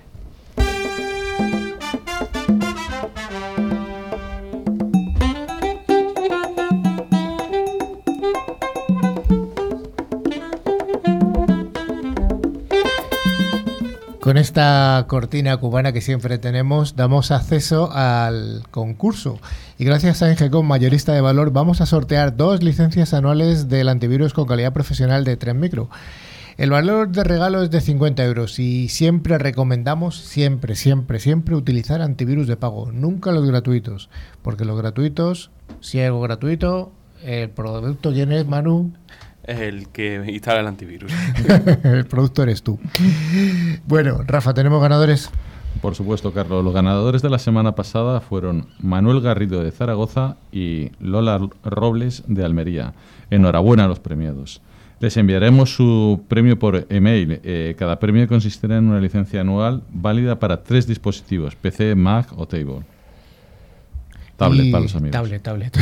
Con esta cortina cubana que siempre tenemos, damos acceso al concurso. Y gracias a Engecom, mayorista de valor, vamos a sortear 2 licencias anuales del antivirus con calidad profesional de Trend Micro. El valor de regalo es de 50 euros y siempre recomendamos, siempre utilizar antivirus de pago, nunca los gratuitos. Porque los gratuitos, si hay algo gratuito, el producto, ¿quién es, Manu? El que instala el antivirus. El producto eres tú. Bueno, Rafa, ¿tenemos ganadores? Por supuesto, Carlos. Los ganadores de la semana pasada fueron Manuel Garrido de Zaragoza y Lola Robles de Almería. Enhorabuena a los premiados. Les enviaremos su premio por email. Cada premio consistirá en una licencia anual válida para 3 dispositivos, PC, Mac o Table. Tablet para los amigos. Tablet.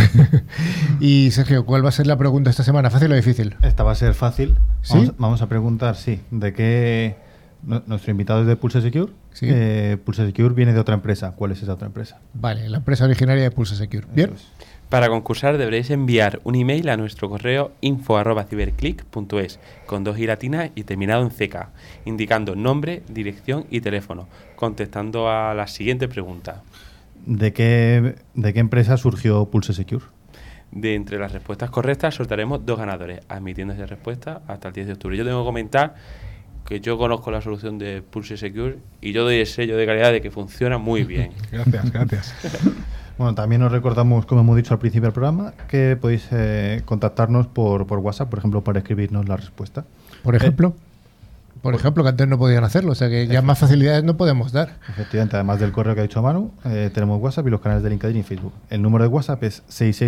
Y Sergio, ¿cuál va a ser la pregunta esta semana? ¿Fácil o difícil? Esta va a ser fácil. ¿Sí? Vamos a preguntar, de qué... Nuestro invitado es de Pulse Secure. Sí. Pulse Secure viene de otra empresa. ¿Cuál es esa otra empresa? Vale, la empresa originaria de Pulse Secure. Bien. Para concursar deberéis enviar un email a nuestro correo info@ciberclick.es con 2 i latinas y terminado en CK, indicando nombre, dirección y teléfono, contestando a la siguiente pregunta. ¿De qué empresa surgió Pulse Secure? De entre las respuestas correctas sortearemos 2 ganadores, admitiéndose respuesta hasta el 10 de octubre. Yo tengo que comentar que yo conozco la solución de Pulse Secure y yo doy el sello de calidad de que funciona muy bien. Gracias. Bueno, también os recordamos, como hemos dicho al principio del programa, que podéis contactarnos por WhatsApp, por ejemplo, para escribirnos la respuesta. Por ejemplo, que antes no podían hacerlo, o sea que ya más facilidades no podemos dar. Efectivamente, además del correo que ha dicho Manu, tenemos WhatsApp y los canales de LinkedIn y Facebook. El número de WhatsApp es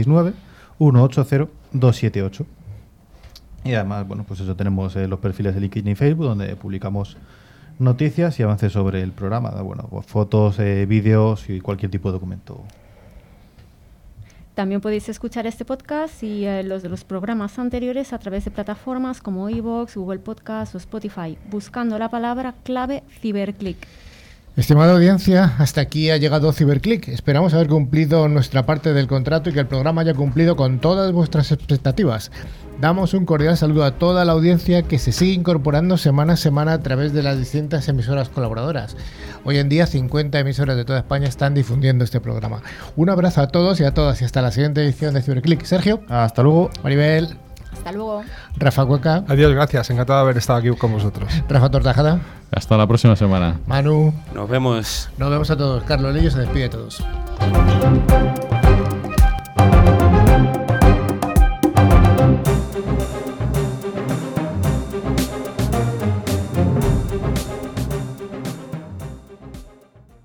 669-180-278. Y además, bueno, pues eso, tenemos los perfiles de LinkedIn y Facebook, donde publicamos noticias y avances sobre el programa. Bueno, pues fotos, vídeos y cualquier tipo de documento. También podéis escuchar este podcast y los de los programas anteriores a través de plataformas como iVoox, Google Podcast o Spotify, buscando la palabra clave CiberClick. Estimada audiencia, hasta aquí ha llegado CiberClick. Esperamos haber cumplido nuestra parte del contrato y que el programa haya cumplido con todas vuestras expectativas. Damos un cordial saludo a toda la audiencia que se sigue incorporando semana a semana a través de las distintas emisoras colaboradoras. Hoy en día 50 emisoras de toda España están difundiendo este programa. Un abrazo a todos y a todas y hasta la siguiente edición de CiberClick. Sergio. Hasta luego. Maribel. Hasta luego. Rafa Cueca. Adiós, gracias. Encantado de haber estado aquí con vosotros. Rafa Tortajada. Hasta la próxima semana. Manu. Nos vemos. Nos vemos a todos. Carlos Lillo se despide de todos.